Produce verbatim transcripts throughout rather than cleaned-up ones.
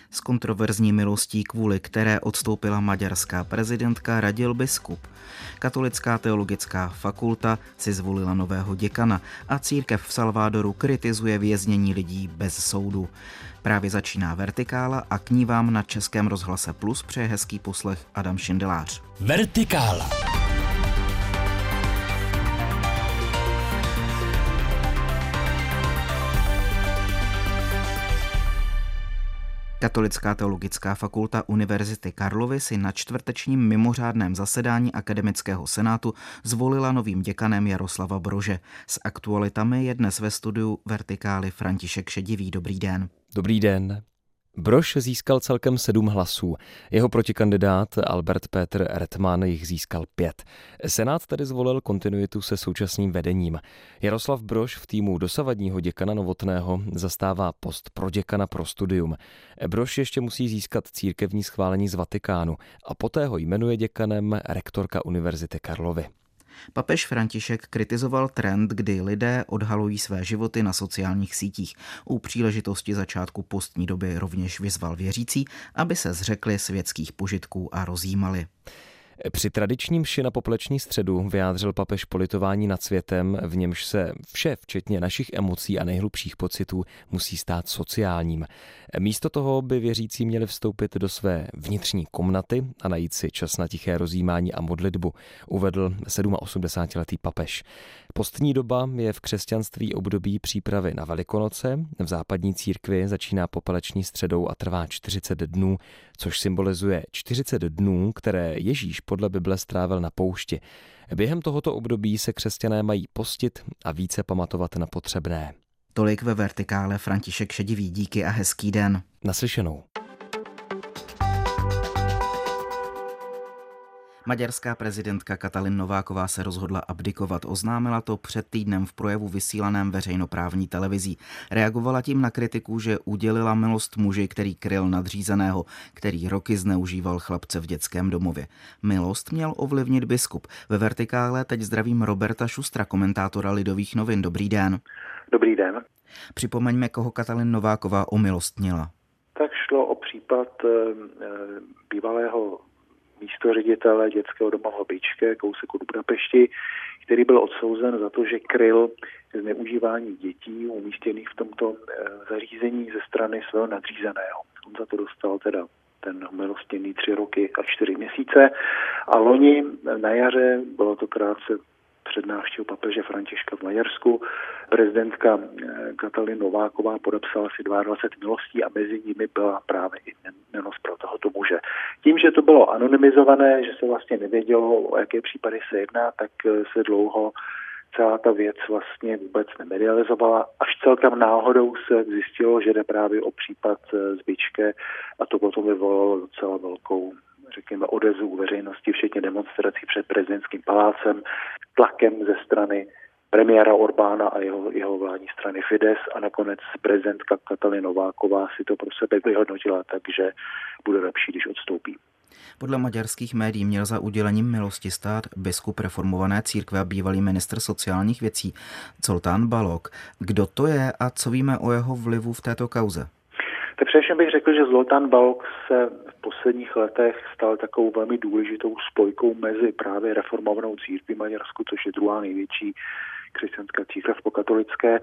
S kontroverzní milostí, kvůli které odstoupila maďarská prezidentka, radil biskup. Katolická teologická fakulta si zvolila nového děkana a církev v Salvadoru kritizuje věznění lidí bez soudu. Právě začíná Vertikála a k ní vám na Českém rozhlase Plus přeje hezký poslech Adam Šindelář. Vertikála. Katolická teologická fakulta Univerzity Karlovy si na čtvrtečním mimořádném zasedání Akademického senátu zvolila novým děkanem Jaroslava Brože. S aktualitami je dnes ve studiu Vertikály František Šedivý. Dobrý den. Dobrý den. Brož získal celkem sedm hlasů. Jeho protikandidát Albert Peter Redman jich získal pět. Senát tedy zvolil kontinuitu se současným vedením. Jaroslav Brož v týmu dosavadního děkana Novotného zastává post proděkana pro studium. Brož ještě musí získat církevní schválení z Vatikánu a poté ho jmenuje děkanem rektorka Univerzity Karlovy. Papež František kritizoval trend, kdy lidé odhalují své životy na sociálních sítích. U příležitosti začátku postní doby rovněž vyzval věřící, aby se zřekli světských požitků a rozjímali. Při tradičním mši na popleční středu vyjádřil papež politování nad světem, v němž se vše, včetně našich emocí a nejhlubších pocitů, musí stát sociálním. Místo toho by věřící měli vstoupit do své vnitřní komnaty a najít si čas na tiché rozjímání a modlitbu, uvedl osmdesátiletý papež. Postní doba je v křesťanství období přípravy na Velikonoce. V západní církvi začíná popeleční středou a trvá čtyřicet dnů, což symbolizuje čtyřicet dnů, které Ježíš podle Bible strávil na poušti. Během tohoto období se křesťané mají postit a více pamatovat na potřebné. Tolik ve Vertikále František Šedivý, díky a hezký den. Naslyšenou. Maďarská prezidentka Katalin Nováková se rozhodla abdikovat. Oznámila to před týdnem v projevu vysílaném veřejnoprávní televizí. Reagovala tím na kritiku, že udělila milost muži, který kryl nadřízeného, který roky zneužíval chlapce v dětském domově. Milost měl ovlivnit biskup. Ve Vertikále teď zdravím Roberta Šustra, komentátora Lidových novin. Dobrý den. Dobrý den. Připomeňme, koho Katalin Nováková omilostnila. Tak šlo o případ e, bývalého místoředitele dětského domova v Bičke, kousek od Budapešti, který byl odsouzen za to, že kryl zneužívání dětí umístěných v tomto zařízení ze strany svého nadřízeného. On za to dostal teda ten milostinný tři roky a čtyři měsíce. A loni na jaře, bylo to krátce před návštěvou papeže Františka v Maďarsku, prezidentka Katalin Nováková podepsala si dvacet dva milostí a mezi nimi byla právě i milost pro tohoto muže. Tím, že to bylo anonymizované, že se vlastně nevědělo, o jaké případy se jedná, tak se dlouho celá ta věc vlastně vůbec nemedializovala. Až celkem náhodou se zjistilo, že jde právě o případ z Bičke a to potom vyvolalo docela velkou, řekněme, odezvu u veřejnosti, včetně demonstrací před prezidentským palácem, tlakem ze strany premiéra Orbána a jeho, jeho vládní strany Fidesz a nakonec prezidentka Katalin Nováková si to pro sebe vyhodnotila, takže bude lepší, když odstoupí. Podle maďarských médií měl za udělením milosti stát biskup reformované církve a bývalý ministr sociálních věcí Zoltán Balogh. Kdo to je a co víme o jeho vlivu v této kauze? Tak především bych řekl, že Zoltán Balogh se v posledních letech stal takovou velmi důležitou spojkou mezi právě reformovanou církví Maďarsku, což je druhá největší křesťanská církev po katolické,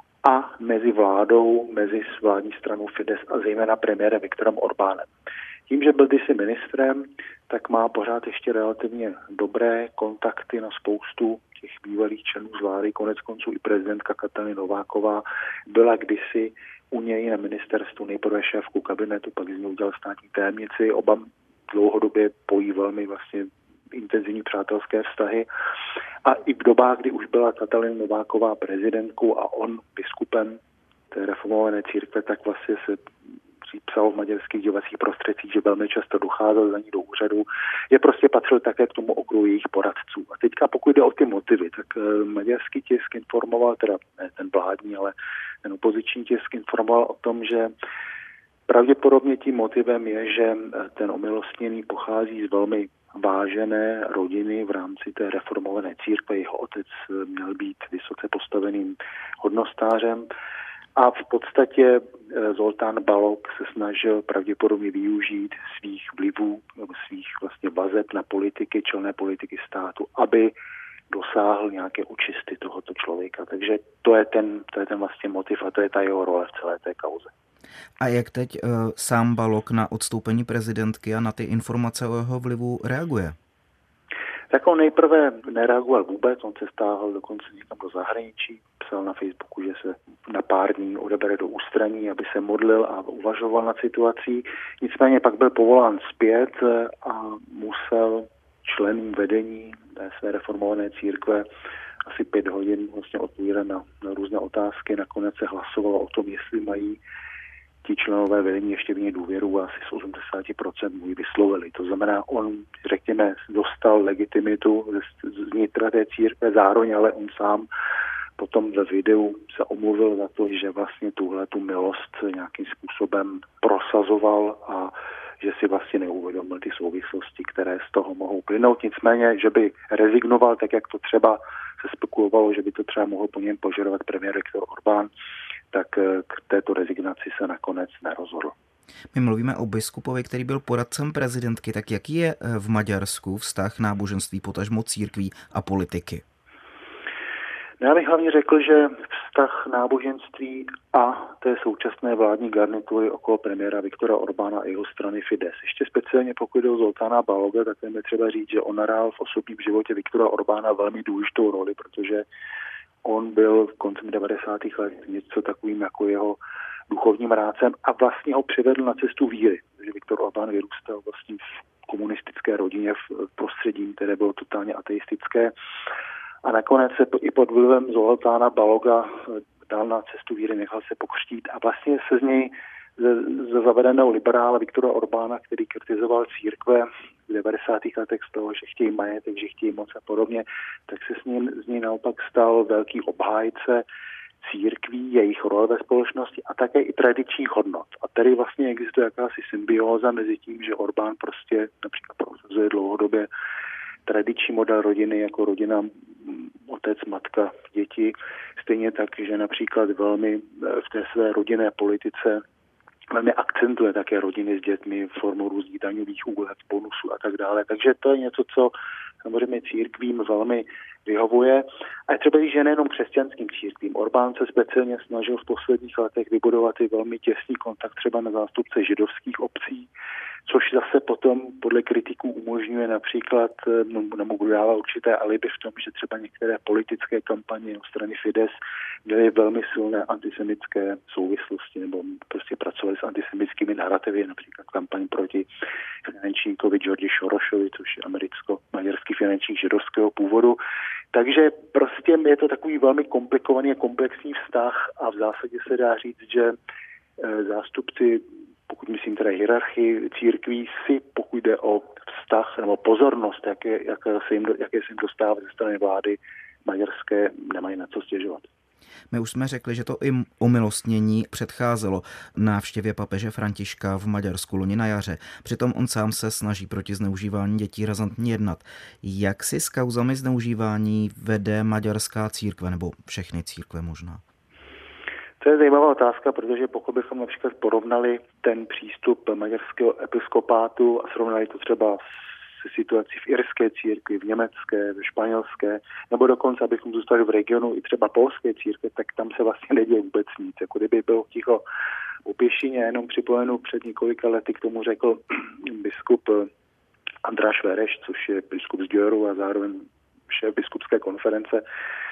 a mezi vládou, mezi vládní stranou Fidesz a zejména premiérem Viktorem Orbánem. Tím, že byl kdysi ministrem, tak má pořád ještě relativně dobré kontakty na spoustu těch bývalých členů z vlády. Konec konců i prezidentka Katalin Nováková byla kdysi u něj na ministerstvu nejprve šéfku kabinetu, pak z ní udělal státní tajemnici. Oba dlouhodobě pojí velmi vlastně intenzivní přátelské vztahy. A i v dobách, kdy už byla Katalin Nováková prezidentkou a on biskupem té reformované církve, tak vlastně se psal v maďarských dělovacích prostředcích, že velmi často docházel za ní do úřadu, je prostě patřil také k tomu okruhu jejich poradců. A teďka pokud jde o ty motivy, tak maďarský tisk informoval, teda ne ten vládní, ale ten opoziční tisk informoval o tom, že pravděpodobně tím motivem je, že ten omilostněný pochází z velmi vážené rodiny v rámci té reformované církve. Jeho otec měl být vysoce postaveným hodnostářem A v podstatě Zoltán Balogh se snažil pravděpodobně využít svých vlivů, svých vlastně vazeb na politiky, čelné politiky státu, aby dosáhl nějaké očisty tohoto člověka. Takže to je ten, to je ten vlastně motiv a to je ta jeho role v celé té kauze. A jak teď uh, sám Balogh na odstoupení prezidentky a na ty informace o jeho vlivu reaguje? Tak on nejprve nereagoval vůbec, on se stáhl dokonce někam do zahraničí, psal na Facebooku, že se na pár dní odebere do ústraní, aby se modlil a uvažoval nad situací. Nicméně pak byl povolán zpět a musel členům vedení té své reformované církve asi pět hodin vlastně odpovídat na, na různé otázky. Nakonec se hlasovalo o tom, jestli mají ti členové vedení ještě v něj důvěru a asi z osmdesát procent mu ji vyslovili. To znamená, on, řekněme, dostal legitimitu z vnitra té církve, zároveň ale on sám potom ve videu se omluvil za to, že vlastně tuhle tu milost nějakým způsobem prosazoval a že si vlastně neuvědomil ty souvislosti, které z toho mohou plynout. Nicméně, že by rezignoval, tak jak to třeba se spekulovalo, že by to třeba mohl po něm požadovat premiér Viktor Orbán, tak k této rezignaci se nakonec nerozhodl. My mluvíme o biskupovi, který byl poradcem prezidentky, tak jaký je v Maďarsku vztah náboženství, potažmo církví a politiky? Já bych hlavně řekl, že vztah náboženství a té současné vládní garnitury okolo premiéra Viktora Orbána a jeho strany Fidesz. Ještě speciálně pokud jde o Zoltána Balogha, tak je třeba říct, že on nahrál v osobním životě Viktora Orbána velmi důležitou roli, protože on byl v koncem devadesátých let něco takovým jako jeho duchovním rádcem a vlastně ho přivedl na cestu víry. Takže Viktor Orbán vyrůstal vlastně v komunistické rodině v prostředí, které bylo totálně ateistické. A nakonec se i pod vlivem Zoltána Balogha dal na cestu víry, nechal se pokřtít a vlastně se z něj ze, ze zavedeného liberála Viktora Orbána, který kritizoval církve v devadesátých letech z toho, že chtějí majetek, že chtějí moc a podobně, tak se s ním, z něj naopak stal velký obhájce církví, jejich role ve společnosti a také i tradičních hodnot. A tady vlastně existuje jakási symbióza mezi tím, že Orbán prostě například prosazuje dlouhodobě tradiční model rodiny jako rodina otec, matka, děti. Stejně tak, že například velmi v té své rodinné politice velmi akcentuje také rodiny s dětmi formou různých daňových úlev, bonusů a tak dále. Takže to je něco, co samozřejmě církvím velmi vyhovuje. A je třeba říct, že nejenom křesťanským církvím. Orbán se speciálně snažil v posledních letech vybudovat i velmi těsný kontakt třeba na zástupce židovských obcí, což zase potom podle kritiků umožňuje například, nebo dává určité alibi v tom, že třeba některé politické kampaně od strany Fidesz měly velmi silné antisemické souvislosti, nebo prostě pracovali s antisemickými narrativy, například kampaň proti finančníkovi Georgi Soroshovi, což je americko-maďarský finančník židovského původu. Takže prostě je to takový velmi komplikovaný a komplexní vztah a v zásadě se dá říct, že zástupci, pokud myslím teda hierarchii církví, si pokud jde o vztah nebo pozornost, jaké, jaké, se jim, jaké se jim dostává ze strany vlády maďarské, nemají na co stěžovat. My už jsme řekli, že to i omilostnění předcházelo návštěvě papeže Františka v Maďarsku loni na jaře. Přitom on sám se snaží proti zneužívání dětí razantně jednat. Jak si s kauzami zneužívání vede maďarská církve, nebo všechny církve možná? To je zajímavá otázka, protože pokud bychom například porovnali ten přístup maďarského episkopátu a srovnali to třeba se situací v irské církvi, v německé, v španělské, nebo dokonce, abychom zůstali v regionu i třeba polské církve, tak tam se vlastně neděje vůbec nic. Jako kdyby bylo ticho u Pěšině, jenom připomenu před několika lety k tomu řekl biskup András Vereš, což je biskup z Győru a zároveň šéf biskupské konference,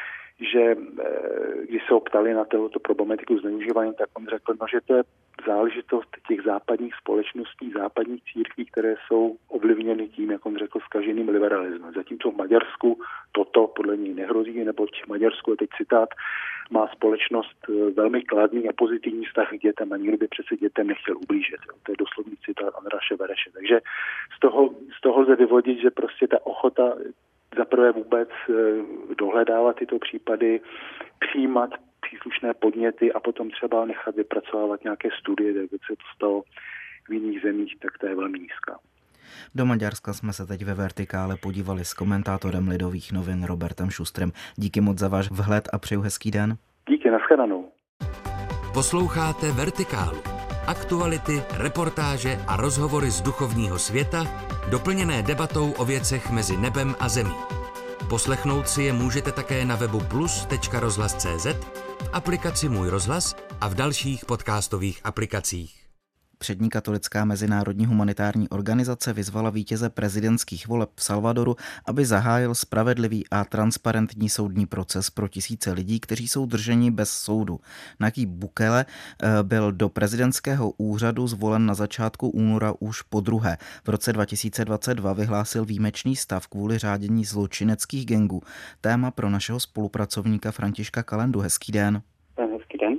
že když se ho ptali na tohoto problematiku zneužívání, tak on řekl, no, že to je záležitost těch západních společností, západních církví, které jsou ovlivněny tím, jak on řekl, zkaženým liberalismem. Zatímco v Maďarsku toto podle něj nehrozí, neboť Maďarsku, a teď citát, má společnost velmi kladný a pozitivní vztah k dětem a nikdo by přece dětem nechtěl ublížit. To je doslovný citát Andráše Vereše. Takže z toho, z toho lze vyvodit, že prostě ta ochota zaprvé vůbec dohledávat tyto případy, přijímat příslušné podněty a potom třeba nechat vypracovávat nějaké studie, jak se to stalo v jiných zemích, tak to je velmi nízká. Do Maďarska jsme se teď ve Vertikále podívali s komentátorem Lidových novin Robertem Šustrem. Díky moc za váš vhled a přeju hezký den. Díky, nashledanou. Posloucháte Vertikálu. Aktuality, reportáže a rozhovory z duchovního světa, doplněné debatou o věcech mezi nebem a zemí. Poslechnout si je můžete také na webu plus tečka rozhlas tečka cé zet, v aplikaci Můj rozhlas a v dalších podcastových aplikacích. Přední katolická mezinárodní humanitární organizace vyzvala vítěze prezidentských voleb v Salvadoru, aby zahájil spravedlivý a transparentní soudní proces pro tisíce lidí, kteří jsou drženi bez soudu. Nayib Bukele byl do prezidentského úřadu zvolen na začátku února už podruhé. V roce dva tisíce dvacet dva vyhlásil výjimečný stav kvůli řádění zločineckých gangů. Téma pro našeho spolupracovníka Františka Kalendu. Hezký den. Hezký den.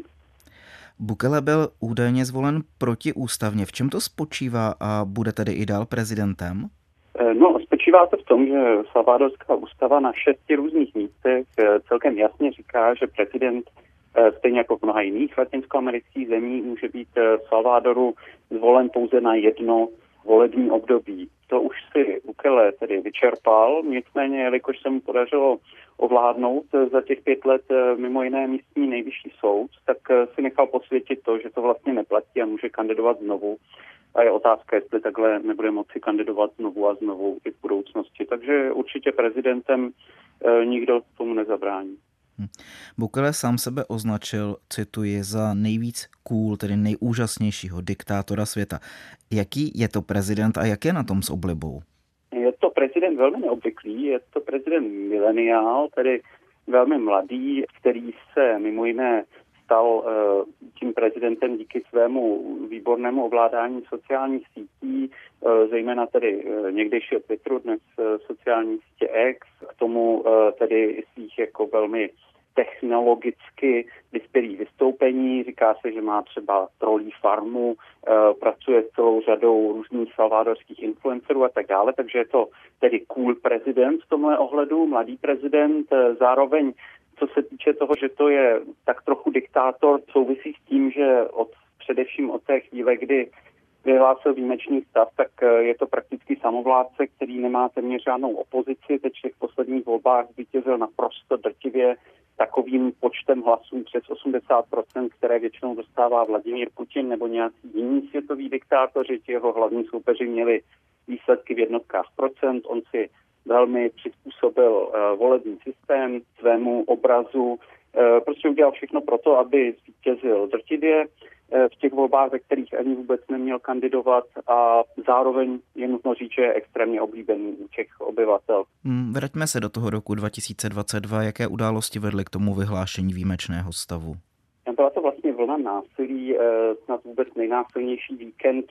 Bukele byl údajně zvolen protiústavně. V čem to spočívá a bude tedy i dál prezidentem? No, spočívá to v tom, že salvadorská ústava na šesti různých místech celkem jasně říká, že prezident, stejně jako v mnoha jiných latinskoamerických zemí, může být v Salvadoru zvolen pouze na jedno volební období. To už si Bukele tedy vyčerpal, nicméně, jelikož se mu podařilo ovládnout za těch pět let mimo jiné místní nejvyšší soud, tak si nechal posvětit to, že to vlastně neplatí a může kandidovat znovu. A je otázka, jestli takhle nebude moci kandidovat znovu a znovu i v budoucnosti. Takže určitě prezidentem nikdo tomu nezabrání. Bukele sám sebe označil, cituji, za nejvíc cool, tedy nejúžasnějšího diktátora světa. Jaký je to prezident a jak je na tom s oblibou? Je to prezident velmi neobvyklý, je to prezident mileniál, tedy velmi mladý, který se mimo jiné stal uh, tím prezidentem díky svému výbornému ovládání sociálních sítí, uh, zejména tedy uh, někdejšího Twitteru, dnes uh, sociální sítě X, k tomu uh, tedy svých jako velmi technologicky vyspělých vystoupení. Říká se, že má třeba trolí farmu, e, pracuje s celou řadou různých salvadorských influencerů a tak dále, takže je to tedy cool prezident v tomhle ohledu, mladý prezident, e, zároveň co se týče toho, že to je tak trochu diktátor, souvisí s tím, že od, především od té chvíle, kdy vyhlásil výjimečný stav, tak je to prakticky samovládce, který nemá téměř žádnou opozici. Teď v těch posledních volbách vítězil naprosto drtivě takovým počtem hlasů přes osmdesát procent, které většinou dostává Vladimír Putin nebo nějací jiní světoví diktátoři. Ti jeho hlavní soupeři měli výsledky v jednotkách procent. On si velmi přizpůsobil uh, volební systém svému obrazu. Uh, prostě udělal všechno pro to, aby zvítězil drtivě v těch volbách, ve kterých ani vůbec neměl kandidovat, a zároveň je nutno říct, že je extrémně oblíbený u těch obyvatel. Vraťme se do toho roku dva tisíce dvacet dva. Jaké události vedly k tomu vyhlášení výjimečného stavu? Byla to vlastně vlna násilí, snad vůbec nejnásilnější víkend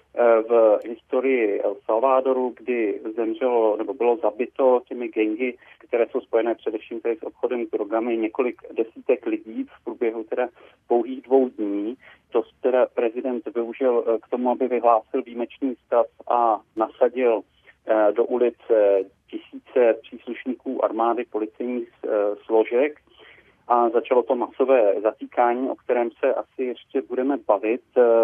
v historii El Salvadoru, kdy zemřelo nebo bylo zabito těmi gangy, které jsou spojené především tady s obchodem s drogami, několik desítek lidí v průběhu teda pouhých dvou dní. To teda prezident využil k tomu, aby vyhlásil výjimečný stav a nasadil do ulic tisíce příslušníků armády, policejních složek a začalo to masové zatýkání, o kterém se asi ještě budeme bavit.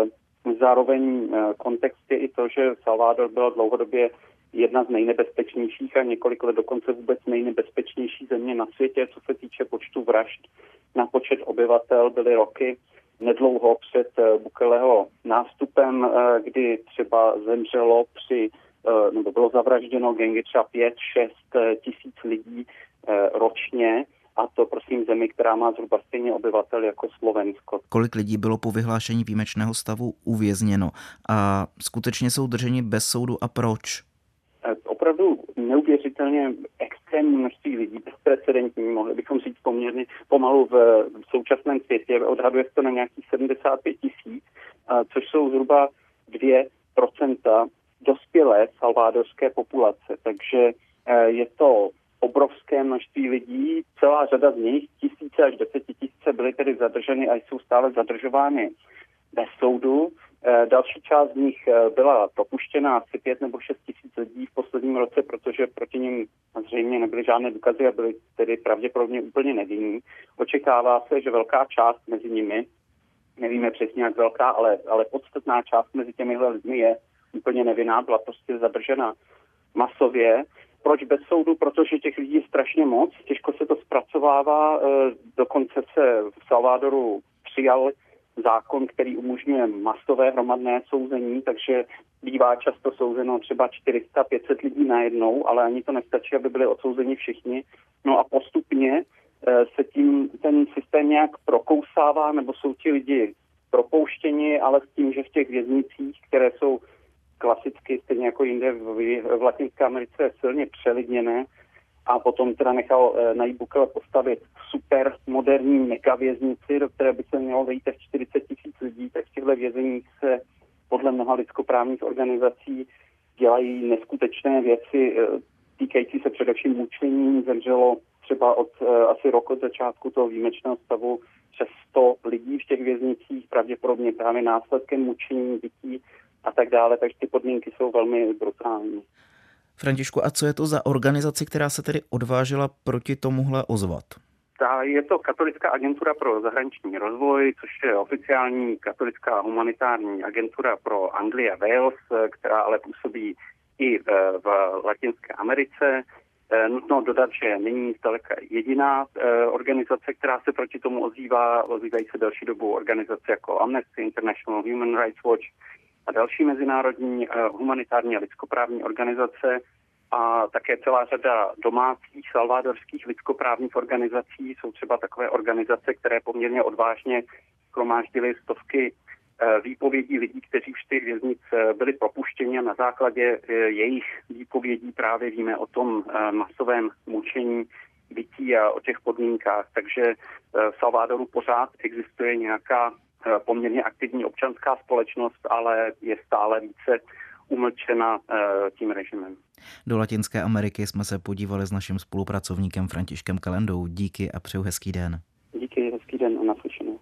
Zároveň kontext je i to, že Salvador byla dlouhodobě jedna z nejnebezpečnějších a několik let dokonce vůbec nejnebezpečnější země na světě, co se týče počtu vražd na počet obyvatel. Byly roky nedlouho před Bukeleho nástupem, kdy třeba zemřelo při, nebo bylo zavražděno gangy třeba pět, šest tisíc lidí ročně. A to prosím zemi, která má zhruba stejně obyvatel jako Slovensko. Kolik lidí bylo po vyhlášení výjimečného stavu uvězněno a skutečně jsou drženi bez soudu a proč? Opravdu neuvěřitelně extrémní množství lidí, bezprecedentní, mohli bychom říct poměrně pomalu v současném světě. Odhaduje se to na nějakých sedmdesát pět tisíc, což jsou zhruba dvě procenta dospělé salvadorské populace. Takže je to obrovské množství lidí, celá řada z nich, tisíce až desetitisíce, byly tedy zadrženy a jsou stále zadržovány bez soudu. Další část z nich byla propuštěna, asi pět nebo šest tisíc lidí v posledním roce, protože proti nim zřejmě nebyly žádné důkazy a byly tedy pravděpodobně úplně nevinní. Očekává se, že velká část mezi nimi, nevíme přesně jak velká, ale, ale podstatná část mezi těmihle lidmi je úplně nevinná, byla prostě zadržena masově. Proč bez soudu? Protože těch lidí je strašně moc, těžko se to zpracovává, dokonce se v Salvadoru přijal zákon, který umožňuje masové hromadné souzení, takže bývá často souzeno třeba čtyři sta pět set lidí najednou, ale ani to nestačí, aby byli odsouzeni všichni. No a postupně se tím ten systém nějak prokousává, nebo jsou ti lidi propouštěni, ale s tím, že v těch věznicích, které jsou klasicky, stejně jako jinde v, v Latinské Americe, silně přelidněné, a potom teda nechal e, Nayib Bukele postavit super moderní megavěznici, do které by se mělo vejít až čtyřicet tisíc lidí, tak v těchto vězeních se podle mnoha lidskoprávních organizací dělají neskutečné věci, e, týkající se především mučení. Zemřelo třeba od e, asi rok od začátku toho výjimečného stavu přes sto lidí v těch věznicích, pravděpodobně právě následkem mučení, bití a tak dále, takže ty podmínky jsou velmi brutální. Františku, a co je to za organizaci, která se tedy odvážila proti tomuhle ozvat? Ta, je to Katolická agentura pro zahraniční rozvoj, což je oficiální katolická humanitární agentura pro Anglii a Wales, která ale působí i v, v Latinské Americe. Nutno dodat, že není zdaleka jediná organizace, která se proti tomu ozývá. Ozývají se další dobu organizace jako Amnesty International, Human Rights Watch a další mezinárodní humanitární a lidskoprávní organizace a také celá řada domácích salvadorských lidskoprávních organizací. Jsou třeba takové organizace, které poměrně odvážně shromáždily stovky výpovědí lidí, kteří už z těch věznic byli propuštěni a na základě jejich výpovědí právě víme o tom masovém mučení, bytí a o těch podmínkách. Takže v Salvadoru pořád existuje nějaká poměrně aktivní občanská společnost, ale je stále více umlčena tím režimem. Do Latinské Ameriky jsme se podívali s naším spolupracovníkem Františkem Kalendou. Díky a přeju hezký den. Díky, hezký den a naslyšenou.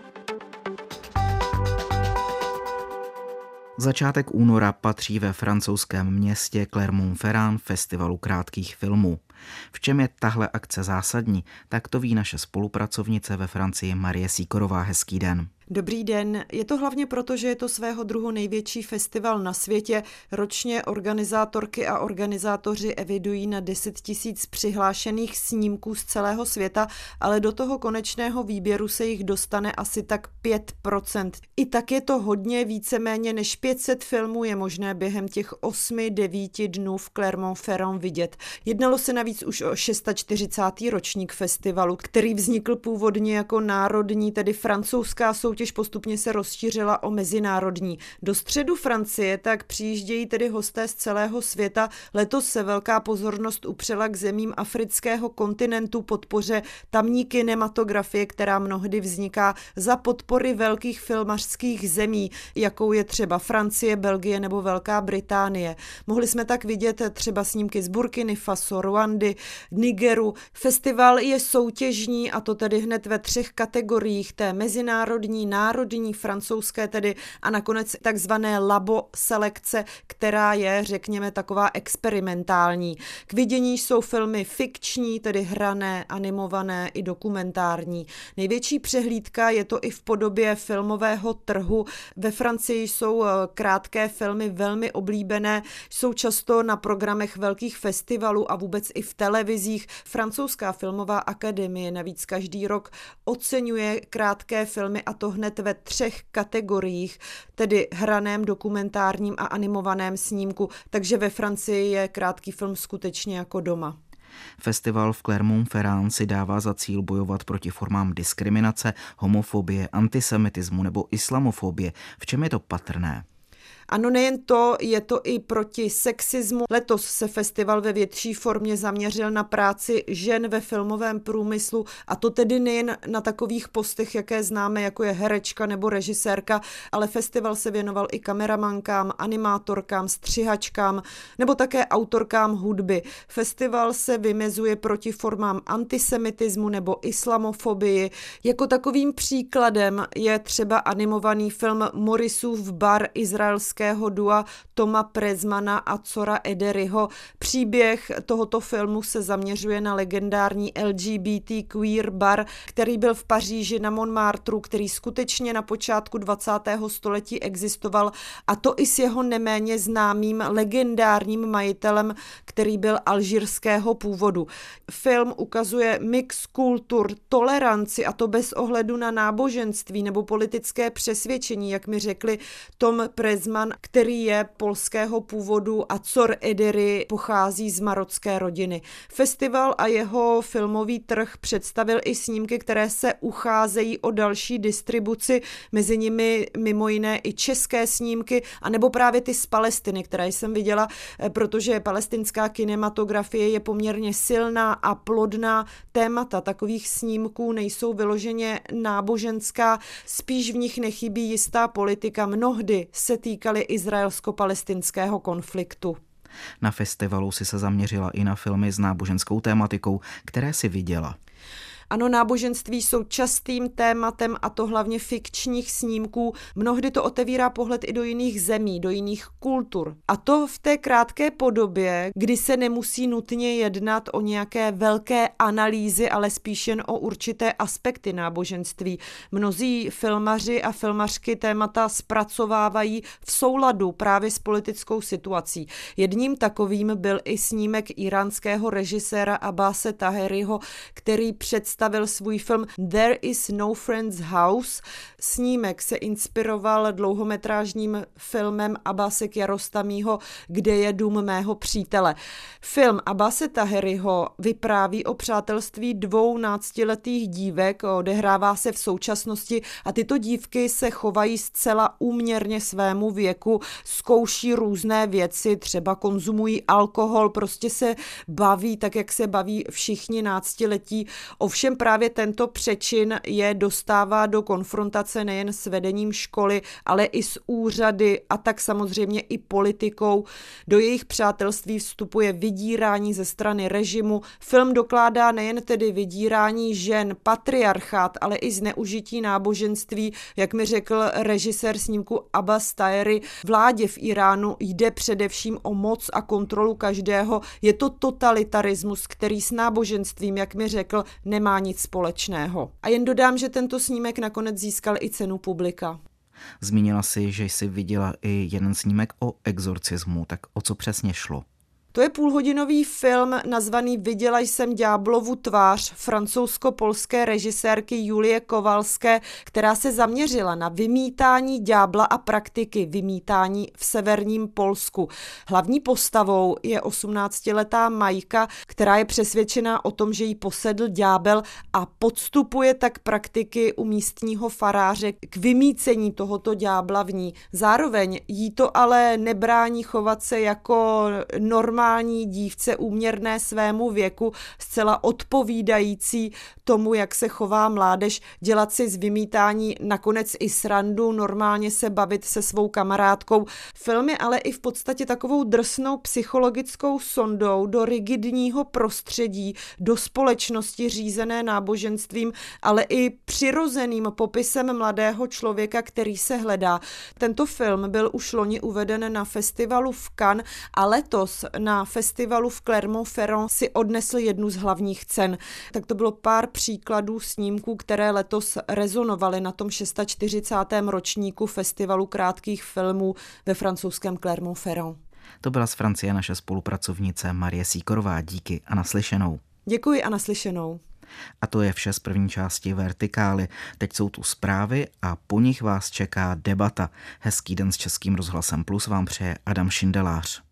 Začátek února patří ve francouzském městě Clermont-Ferrand festivalu krátkých filmů. V čem je tahle akce zásadní, tak to ví naše spolupracovnice ve Francii Marie Sýkorová. Hezký den. Dobrý den. Je to hlavně proto, že je to svého druhu největší festival na světě. Ročně organizátorky a organizátoři evidují na deset tisíc přihlášených snímků z celého světa, ale do toho konečného výběru se jich dostane asi tak pět procent. I tak je to hodně, víceméně než pět set filmů je možné během těch osmi devíti dnů v Clermont-Ferrand vidět. Jednalo se navíc už o čtyřicátý šestý ročník festivalu, který vznikl původně jako národní, tedy francouzská soutěž, postupně se rozšířila o mezinárodní. Do středu Francie tak přijíždějí tedy hosté z celého světa. Letos se velká pozornost upřela k zemím afrického kontinentu podpoře tamní kinematografie, která mnohdy vzniká za podpory velkých filmařských zemí, jakou je třeba Francie, Belgie nebo Velká Británie. Mohli jsme tak vidět třeba snímky z Burkiny Faso, Rwandy, Nigeru. Festival je soutěžní, a to tedy hned ve třech kategoriích, té mezinárodní, národní, francouzské tedy a nakonec takzvané labo selekce, která je, řekněme, taková experimentální. K vidění jsou filmy fikční, tedy hrané, animované i dokumentární. Největší přehlídka je to i v podobě filmového trhu. Ve Francii jsou krátké filmy velmi oblíbené, jsou často na programech velkých festivalů a vůbec i v televizích. Francouzská filmová akademie navíc každý rok oceňuje krátké filmy, a to hned ve třech kategoriích, tedy hraném, dokumentárním a animovaném snímku, takže ve Francii je krátký film skutečně jako doma. Festival v Clermont-Ferrand si dává za cíl bojovat proti formám diskriminace, homofobie, antisemitismu nebo islamofobie. V čem je to patrné? Ano, nejen to, je to i proti sexismu. Letos se festival ve větší formě zaměřil na práci žen ve filmovém průmyslu, a to tedy nejen na takových postech, jaké známe, jako je herečka nebo režisérka, ale festival se věnoval i kameramankám, animátorkám, střihačkám nebo také autorkám hudby. Festival se vymezuje proti formám antisemitismu nebo islamofobii. Jako takovým příkladem je třeba animovaný film Morisův bar izraelské alžírského dua Toma Prezmana a Zora Ederyho. Příběh tohoto filmu se zaměřuje na legendární L G B T queer bar, který byl v Paříži na Montmartru, který skutečně na počátku dvacátého století existoval, a to i s jeho neméně známým legendárním majitelem, který byl alžírského původu. Film ukazuje mix kultur, toleranci, a to bez ohledu na náboženství nebo politické přesvědčení, jak mi řekli Tom Prezman, který je polského původu, a Zor Edery pochází z marocké rodiny. Festival a jeho filmový trh představil i snímky, které se ucházejí o další distribuci, mezi nimi mimo jiné i české snímky, anebo právě ty z Palestiny, které jsem viděla, protože palestinská kinematografie je poměrně silná a plodná. Témata takových snímků nejsou vyloženě náboženská, spíš v nich nechybí jistá politika. Mnohdy se týkaly izraelsko-palestinského konfliktu. Na festivalu si se zaměřila i na filmy s náboženskou tématikou, které si viděla. Ano, náboženství jsou častým tématem, a to hlavně fikčních snímků. Mnohdy to otevírá pohled i do jiných zemí, do jiných kultur. A to v té krátké podobě, kdy se nemusí nutně jednat o nějaké velké analýzy, ale spíš jen o určité aspekty náboženství. Mnozí filmaři a filmařky témata zpracovávají v souladu právě s politickou situací. Jedním takovým byl i snímek iránského režiséra Abbase Taheriho, který představil stavil svůj film There is no friend's house. Snímek se inspiroval dlouhometrážním filmem Abbase Kiarostamího Kde je dům mého přítele. Film Abbase Taheriho vypráví o přátelství dvou náctiletých dívek, odehrává se v současnosti a tyto dívky se chovají zcela úměrně svému věku, zkouší různé věci, třeba konzumují alkohol, prostě se baví tak, jak se baví všichni náctiletí. Ovšem právě tento přečin je dostává do konfrontace nejen s vedením školy, ale i s úřady a tak samozřejmě i politikou. Do jejich přátelství vstupuje vydírání ze strany režimu. Film dokládá nejen tedy vydírání žen, patriarchát, ale i zneužití náboženství. Jak mi řekl režisér snímku Abbas Taheri, vládě v Iránu jde především o moc a kontrolu každého. Je to totalitarismus, který s náboženstvím, jak mi řekl, nemá nic společného. A jen dodám, že tento snímek nakonec získal i cenu publika. Zmínila si, že jsi viděla i jeden snímek o exorcismu, tak o co přesně šlo? To je půlhodinový film nazvaný Viděla jsem ďáblovu tvář francouzsko-polské režisérky Julie Kowalské, která se zaměřila na vymítání ďábla a praktiky vymítání v severním Polsku. Hlavní postavou je osmnáctiletá Majka, která je přesvědčená o tom, že jí posedl ďábel a podstupuje tak praktiky u místního faráře k vymícení tohoto ďábla v ní. Zároveň jí to ale nebrání chovat se jako normální normální dívce úměrné svému věku, zcela odpovídající tomu, jak se chová mládež, dělat si z vymítání nakonec i srandu, normálně se bavit se svou kamarádkou. Film je ale i v podstatě takovou drsnou psychologickou sondou do rigidního prostředí, do společnosti řízené náboženstvím, ale i přirozeným popisem mladého člověka, který se hledá. Tento film byl už loni uveden na festivalu v Cannes a letos na Na festivalu v Clermont-Ferrand si odnesl jednu z hlavních cen. Tak to bylo pár příkladů snímků, které letos rezonovaly na tom čtyřicátém šestém ročníku festivalu krátkých filmů ve francouzském Clermont-Ferrand. To byla z Francie naše spolupracovnice Marie Sýkorová. Díky a naslyšenou. Děkuji a naslyšenou. A to je vše z první části Vertikály. Teď jsou tu zprávy a po nich vás čeká debata. Hezký den s Českým rozhlasem Plus vám přeje Adam Šindelář.